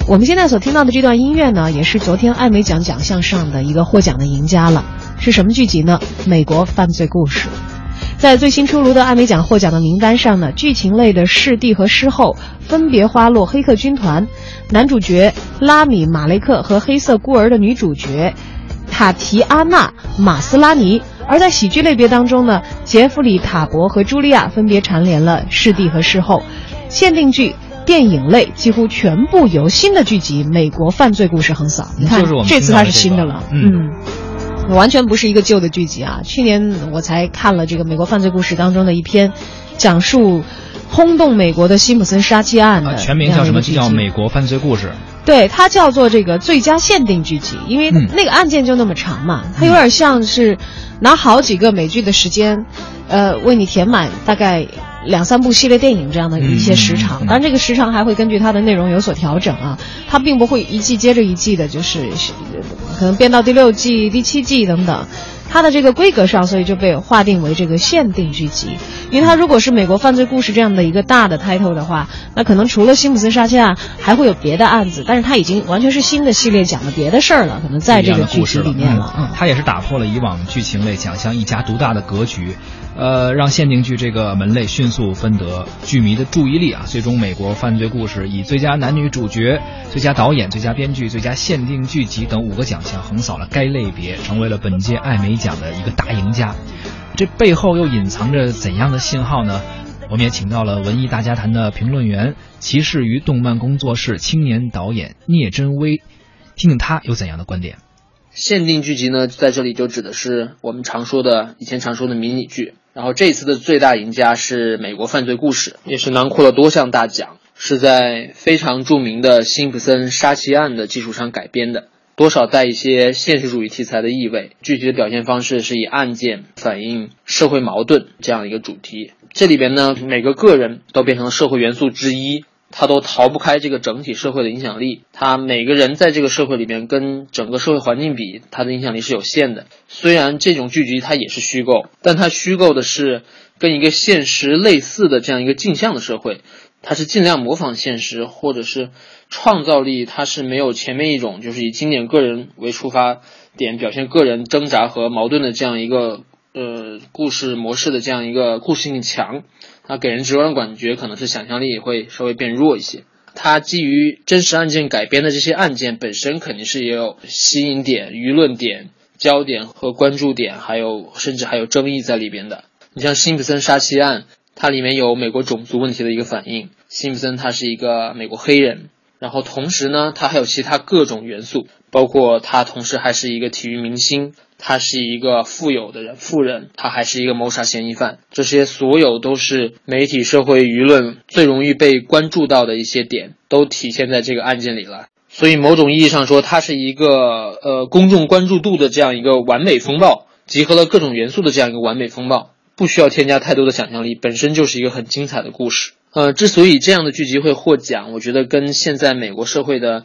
我们现在所听到的这段音乐呢，也是昨天艾美奖奖项上的一个获奖的赢家了。是什么剧集呢？美国犯罪故事。在最新出炉的艾美奖获奖的名单上呢，剧情类的《视帝》和《狮后》分别花落《黑客军团》，男主角拉米·马雷克和《黑色孤儿》的女主角塔提阿娜·马斯拉尼。而在喜剧类别当中呢，杰弗里·塔伯和茱莉亚分别蝉联了《视帝》和《狮后》。限定剧电影类几乎全部由新的剧集《美国犯罪故事》横扫。你看，这次它是新的了。完全不是一个旧的剧集啊！去年我才看了这个《美国犯罪故事》当中的一篇讲述轰动美国的辛普森杀妻案的， 全名叫什么？叫《美国犯罪故事》。 对，它叫做这个最佳限定剧集，因为那个案件就那么长嘛，它有点像是拿好几个美剧的时间，为你填满大概2-3部系列电影这样的一些时长。当然这个时长还会根据它的内容有所调整啊，它并不会一季接着一季的，就是可能编到第6季、第7季等等。它的这个规格上，所以就被划定为这个限定剧集。因为它如果是美国犯罪故事这样的一个大的 title 的话，那可能除了辛普森杀妻案还会有别的案子，但是它已经完全是新的系列，讲的别的事儿了，可能在这个剧集里面了。 它也是打破了以往剧情类奖项一家独大的格局，让限定剧这个门类迅速分得剧迷的注意力啊。最终美国犯罪故事以最佳男女主角、最佳导演、最佳编剧、最佳限定剧集等5个奖项横扫了该类别，成为了本届艾美奖的一个大赢家。这背后又隐藏着怎样的信号呢？我们也请到了文艺大家谈的评论员、骑士与动漫工作室青年导演聂真威，听听他有怎样的观点。 限定剧集呢，在这里就指的是我们以前常说的迷你剧。然后这一次的最大赢家是《美国犯罪故事》，也是囊括了多项大奖，是在非常著名的辛普森杀妻案的基础上改编的，多少带一些现实主义题材的意味。具体的表现方式是以案件反映社会矛盾这样一个主题。这里边呢，每个个人都变成了社会元素之一，他都逃不开这个整体社会的影响力。他每个人在这个社会里边跟整个社会环境比，他的影响力是有限的。虽然这种剧集它也是虚构，但它虚构的是跟一个现实类似的这样一个镜像的社会，它是尽量模仿现实，或者是创造力它是没有前面一种就是以经典个人为出发点表现个人挣扎和矛盾的这样一个故事模式的这样一个故事性强，它给人直观的感觉可能是想象力也会稍微变弱一些。它基于真实案件改编的这些案件本身肯定是也有吸引点、舆论点、焦点和关注点，甚至还有争议在里边的。你像辛普森杀妻案，它里面有美国种族问题的一个反应，辛普森他是一个美国黑人，然后同时呢他还有其他各种元素，包括他同时还是一个体育明星，他是一个富人，他还是一个谋杀嫌疑犯。这些所有都是媒体社会舆论最容易被关注到的一些点，都体现在这个案件里了。所以某种意义上说，它是一个公众关注度的这样一个完美风暴，集合了各种元素的这样一个完美风暴，不需要添加太多的想象力，本身就是一个很精彩的故事。之所以这样的剧集会获奖，我觉得跟现在美国社会的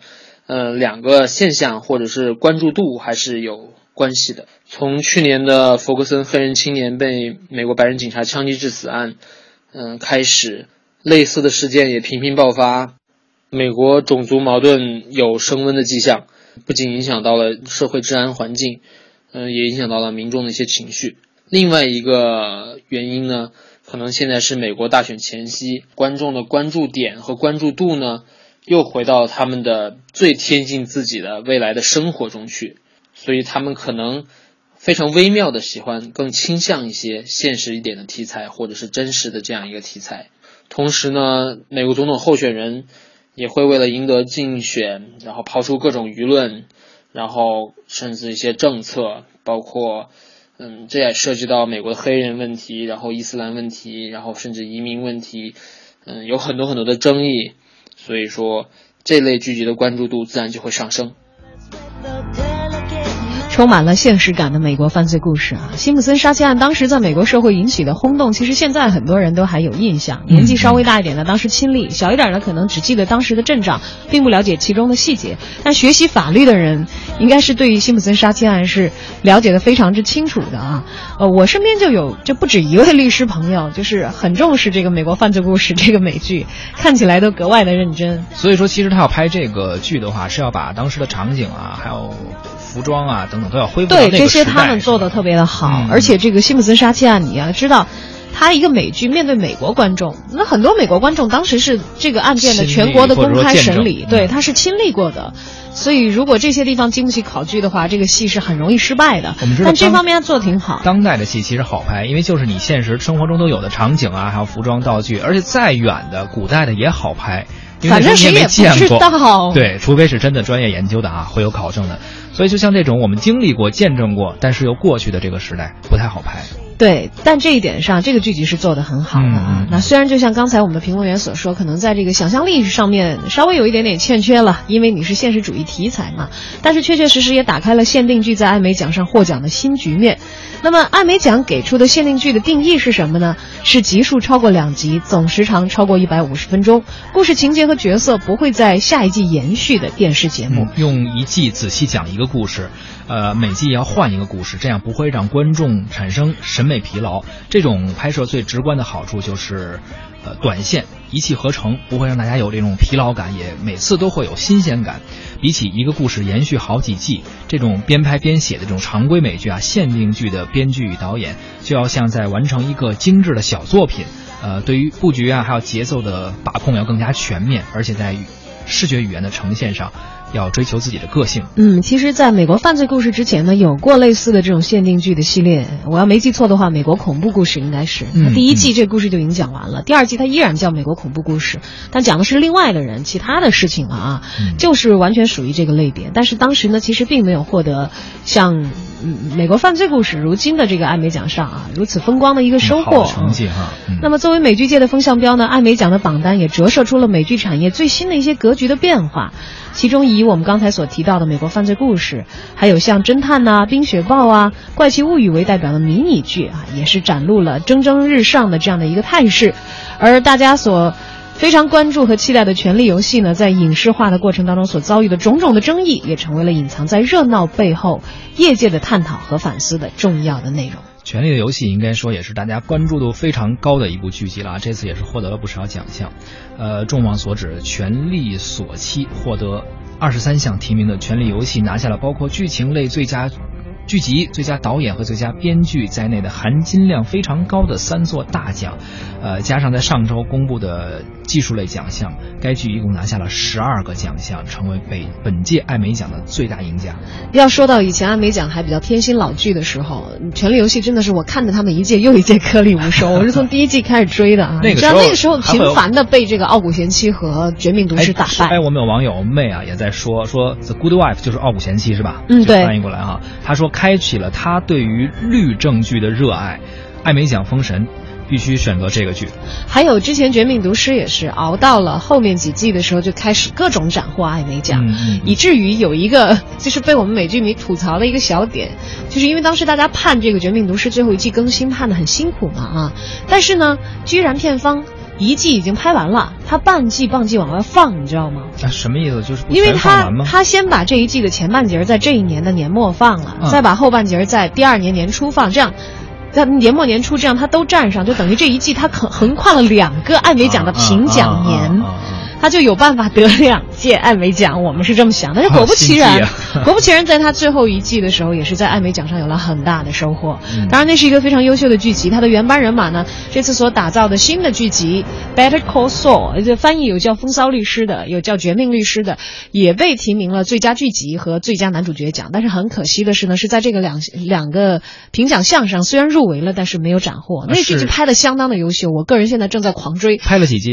2个现象或者是关注度还是有关系的。从去年的弗格森黑人青年被美国白人警察枪击致死案开始，类似的事件也频频爆发，美国种族矛盾有升温的迹象，不仅影响到了社会治安环境，也影响到了民众的一些情绪。另外一个原因呢，可能现在是美国大选前夕，观众的关注点和关注度呢又回到他们的最贴近自己的未来的生活中去，所以他们可能非常微妙的喜欢更倾向一些现实一点的题材，或者是真实的这样一个题材。同时呢，美国总统候选人也会为了赢得竞选，然后抛出各种舆论，然后甚至一些政策，包括这也涉及到美国的黑人问题，然后伊斯兰问题，然后甚至移民问题，有很多很多的争议，所以说这类剧集的关注度自然就会上升。 充满了现实感的美国犯罪故事啊。辛普森杀妻案当时在美国社会引起的轰动，其实现在很多人都还有印象。年纪稍微大一点的当时亲历，小一点的可能只记得当时的阵仗，并不了解其中的细节。但学习法律的人应该是对于辛普森杀妻案是了解的非常之清楚的啊。我身边就不止一位律师朋友，就是很重视这个美国犯罪故事这个美剧，看起来都格外的认真。 所以说其实他要拍这个剧的话，是要把当时的场景啊，还有服装啊等等都要恢复到那个时代。 对，这些他们做的特别的好。而且这个辛普森杀妻案你要知道，他一个美剧面对美国观众，那很多美国观众当时是这个案件的全国的公开审理，对，他是亲历过的。所以如果这些地方经不起考据的话，这个戏是很容易失败的。 我们知道， 但这方面他做得挺好。 当代的戏其实好拍，因为就是你现实生活中都有的场景啊，还有服装道具，而且再远的古代的也好拍。 反正谁也不知道， 对，除非是真的专业研究的啊，会有考证的。所以就像这种我们经历过、见证过，但是又过去的这个时代，不太好拍。 对，但这一点上，这个剧集是做得很好的啊。那虽然就像刚才我们的评论员所说，可能在这个想象力上面稍微有一点点欠缺了，因为你是现实主义题材嘛，但是确确实实也打开了限定剧在艾美奖上获奖的新局面。那么艾美奖给出的限定剧的定义是什么呢？是集数超过2集，总时长超过150分钟，故事情节和角色不会在下一季延续的电视节目。 用一季仔细讲一个故事，每季要换一个故事，这样不会让观众产生审美疲劳。这种拍摄最直观的好处就是短线一气呵成，不会让大家有这种疲劳感，也每次都会有新鲜感。比起一个故事延续好几季，这种边拍边写的这种常规美剧啊，限定剧的编剧与导演就要像在完成一个精致的小作品，对于布局啊还有节奏的把控要更加全面，而且在视觉语言的呈现上要追求自己的个性。 其实在美国犯罪故事之前呢，有过类似的这种限定剧的系列。我要没记错的话，美国恐怖故事应该是它第一季这故事就已经讲完了，第二季它依然叫美国恐怖故事，但讲的是另外的人其他的事情了啊，就是完全属于这个类别。但是当时呢，其实并没有获得像美国犯罪故事如今的这个艾美奖上啊如此风光的一个收获。 好的成绩哈。 那么作为美剧界的风向标呢，艾美奖的榜单也折射出了美剧产业最新的一些格局的变化。其中以我们刚才所提到的美国犯罪故事，还有像侦探啊、冰雪暴啊、怪奇物语为代表的迷你剧啊，也是展露了蒸蒸日上的这样的一个态势。而大家所非常关注和期待的权力游戏呢，在影视化的过程当中所遭遇的种种的争议，也成为了隐藏在热闹背后业界的探讨和反思的重要的内容。 权力的游戏应该说也是大家关注度非常高的一部剧集了，这次也是获得了不少奖项。众望所指，权力所期获得23项提名的权力游戏拿下了包括剧情类最佳剧集、最佳导演和最佳编剧在内的含金量非常高的3座大奖，加上在上周公布的技术类奖项，该剧一共拿下了12个奖项，成为本届艾美奖的最大赢家。 要说到以前艾美奖还比较偏心老剧的时候，权力游戏真的是我看着他们一届又一届颗粒无收，我是从第一季开始追的啊。那个时候频繁的被这个《傲骨贤妻》和《绝命毒师》打败。 我们有网友妹啊也在说 The Good Wife 就是《傲骨贤妻》是吧？ 对， 翻译过来哈。他说开启了他对于律政剧的热爱，艾美奖封神必须选择这个剧。 还有之前《绝命毒师》也是熬到了后面几季的时候就开始各种斩获艾美奖，以至于有一个就是被我们美剧迷吐槽的一个小点，就是因为当时大家盼这个《绝命毒师》最后一季更新盼得很辛苦嘛啊，但是呢，居然片方一季已经拍完了，他半季往外放，你知道吗？ 什么意思？就是因为他先把这一季的前半截在这一年的年末放了，再把后半截在第二年年初放，这样在年末年初这样他都占上，就等于这一季他横跨了2个艾美奖的评奖年。他就有办法得2届艾美奖，我们是这么想。但是果不其然，在他最后一季的时候，也是在艾美奖上有了很大的收获。当然，那是一个非常优秀的剧集。他的原班人马呢，这次所打造的新的剧集《Better Call Saul》，这翻译有叫《风骚律师》的，有叫《绝命律师》的，也被提名了最佳剧集和最佳男主角奖。但是很可惜的是呢，是在这个两个评奖项上虽然入围了，但是没有斩获。那剧集拍的相当的优秀，我个人现在正在狂追。 拍了几季？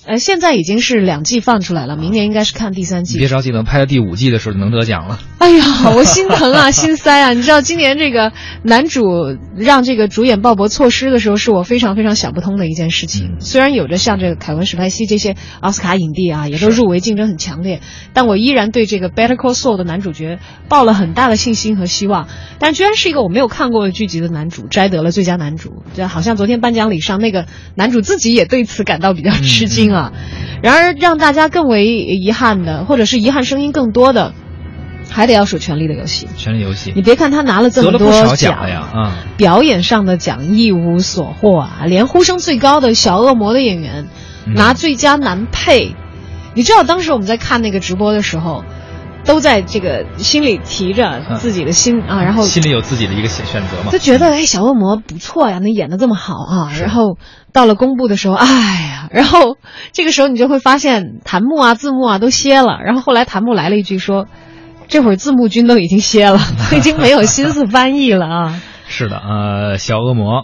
现在已经是2季放出来了，明年应该是看第3季。 你别着急，等拍到第5季的时候就能得奖了。 哎呀，我心疼啊，心塞啊！你知道今年这个男主让这个主演鲍勃错失的时候，是我非常非常想不通的一件事情。虽然有着像这个凯文史派西这些奥斯卡影帝啊，也都入围，竞争很强烈，但我依然对这个 Better Call Saul 的男主角抱了很大的信心和希望。但居然是一个我没有看过的剧集的男主摘得了最佳男主，这好像昨天颁奖礼上那个男主自己也对此感到比较吃惊啊。然而让大家更为遗憾的，或者是遗憾声音更多的，还得要数《权力的游戏》。 权力游戏， 你别看他拿了这么多得了不少奖了呀， 表演上的奖一无所获啊，连呼声最高的小恶魔的演员拿最佳男配。你知道当时我们在看那个直播的时候，都在这个心里提着自己的心啊，然后心里有自己的一个选择嘛， 就觉得小恶魔不错呀，那演得这么好啊。然后到了公布的时候，然后这个时候你就会发现弹幕啊字幕啊都歇了，然后后来弹幕来了一句说，这会儿字幕君都已经歇了，已经没有心思翻译了啊。 是的，小恶魔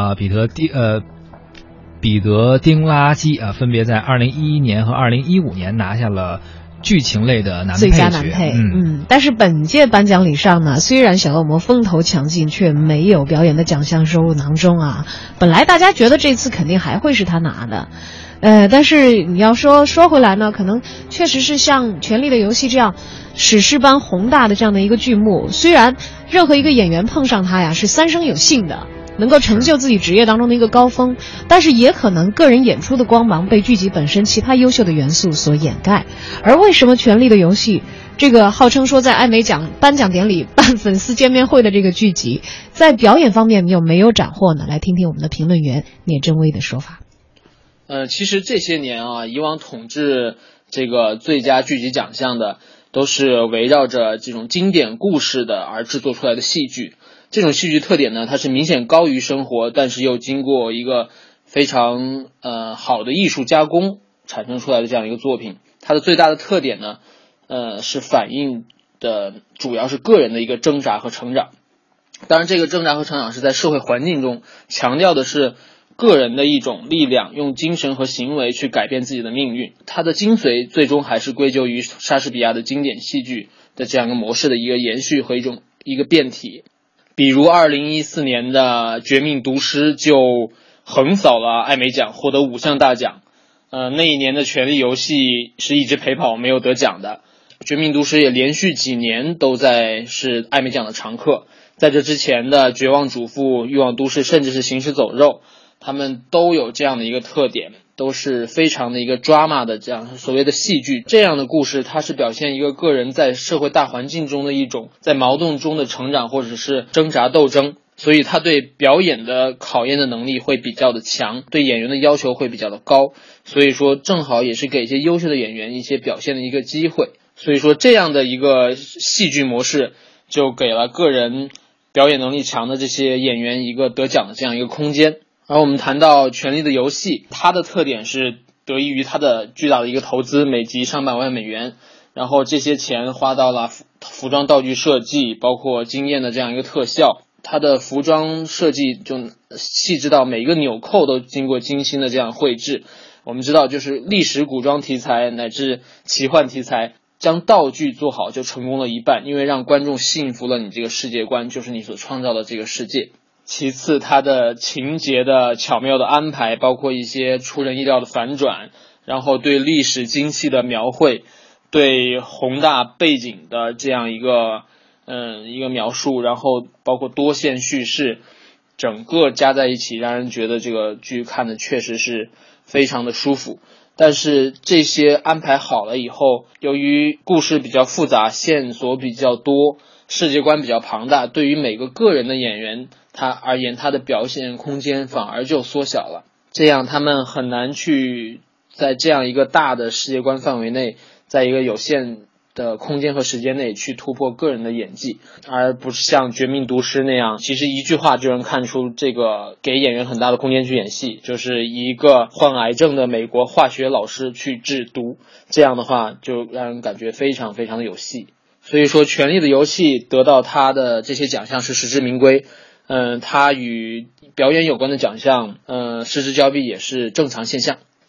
彼得丁拉基分别在2011年和2015年拿下了剧情类的男配角， 最佳男配。但是本届颁奖礼上呢，虽然小恶魔风头强劲，却没有表演的奖项收入囊中啊。本来大家觉得这次肯定还会是他拿的，但是你要说回来呢，可能确实是像《权力的游戏》这样史诗般宏大的这样的一个剧目，虽然任何一个演员碰上他呀是三生有幸的，能够成就自己职业当中的一个高峰，但是也可能个人演出的光芒被剧集本身其他优秀的元素所掩盖。而为什么《权力的游戏》这个号称说在艾美奖颁奖典礼办粉丝见面会的这个剧集，在表演方面又没有斩获呢？来听听我们的评论员聂真薇的说法。 其实这些年啊，以往统治这个最佳剧集奖项的都是围绕着这种经典故事的而制作出来的戏剧。这种戏剧特点呢，它是明显高于生活，但是又经过一个非常好的艺术加工产生出来的这样一个作品。它的最大的特点呢，是反映的主要是个人的一个挣扎和成长。当然这个挣扎和成长是在社会环境中，强调的是个人的一种力量，用精神和行为去改变自己的命运。它的精髓最终还是归咎于莎士比亚的经典戏剧的这样一个模式的一个延续和一个变体。比如2014年的《绝命毒师》就横扫了艾美奖，获得5项大奖。那一年的《权力游戏》是一直陪跑没有得奖的，《绝命毒师》也连续几年都是艾美奖的常客。在这之前的《绝望主妇》、《欲望都市》甚至是《行尸走肉》，他们都有这样的一个特点，都是非常的一个 drama 的这样所谓的戏剧。这样的故事它是表现一个个人在社会大环境中的一种在矛盾中的成长或者是挣扎斗争，所以他对表演的考验的能力会比较的强，对演员的要求会比较的高，所以说正好也是给一些优秀的演员一些表现的一个机会。所以说这样的一个戏剧模式就给了个人表演能力强的这些演员一个得奖的这样一个空间。而我们谈到《权力的游戏》，它的特点是得益于它的巨大的一个投资，每集上百万美元，然后这些钱花到了服装道具设计，包括惊艳的这样一个特效。它的服装设计就细致到每一个纽扣都经过精心的这样绘制。我们知道就是历史古装题材乃至奇幻题材，将道具做好就成功了一半，因为让观众信服了你这个世界观，就是你所创造的这个世界。其次它的情节的巧妙的安排，包括一些出人意料的反转，然后对历史精细的描绘，对宏大背景的这样一个描述，然后包括多线叙事，整个加在一起让人觉得这个剧看的确实是非常的舒服。但是这些安排好了以后，由于故事比较复杂，线索比较多，世界观比较庞大，对于每个个人的演员他而言，他的表现空间反而就缩小了，这样他们很难去在这样一个大的世界观范围内，在一个有限的空间和时间内去突破个人的演技，而不是像《绝命毒师》那样，其实一句话就能看出这个给演员很大的空间去演戏，就是一个患癌症的美国化学老师去制毒，这样的话就让人感觉非常非常的有戏。所以说《权力的游戏》得到他的这些奖项是实至名归，它与表演有关的奖项失之交臂也是正常现象。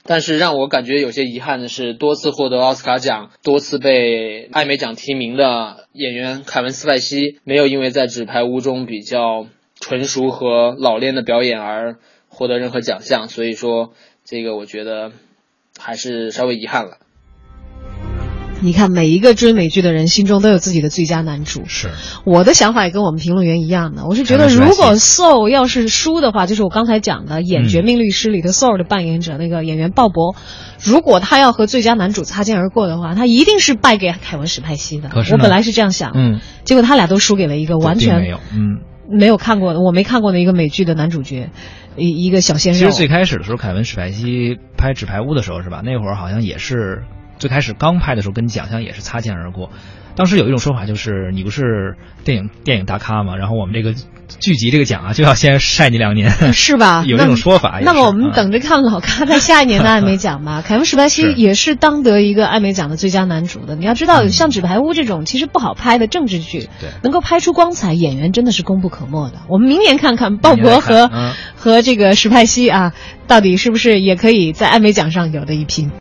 但是让我感觉有些遗憾的是，多次获得奥斯卡奖、多次被艾美奖提名的演员凯文·斯派西，没有因为在《纸牌屋》中比较纯熟和老练的表演而获得任何奖项，所以说这个我觉得还是稍微遗憾了。 你看，每一个追美剧的人心中都有自己的最佳男主。 是， 我的想法也跟我们评论员一样的，我是觉得如果 Soul 要是输的话，就是我刚才讲的演《绝命律师》里的 Soul 的扮演者那个演员鲍勃，如果他要和最佳男主擦肩而过的话，他一定是败给凯文·史派西的。我本来是这样想，结果他俩都输给了一个完全没有看过，我没看过的一个美剧的男主角，一个小鲜肉。 其实最开始的时候，凯文·史派西拍《纸牌屋》的时候是吧？那会儿好像也是。最开始刚拍的时候跟奖项也是擦肩而过，当时有一种说法就是你不是电影大咖吗？然后我们这个剧集这个奖啊就要先晒你2年， 是吧？ 有这种说法。 那么我们等着看老咖在下一年的艾美奖吧。凯文·史派西也是当得一个艾美奖的最佳男主的。你要知道，像《纸牌屋》这种其实不好拍的政治剧，能够拍出光彩，演员真的是功不可没的。我们明年看看鲍勃和这个史派西啊，到底是不是也可以在艾美奖上有的一拼。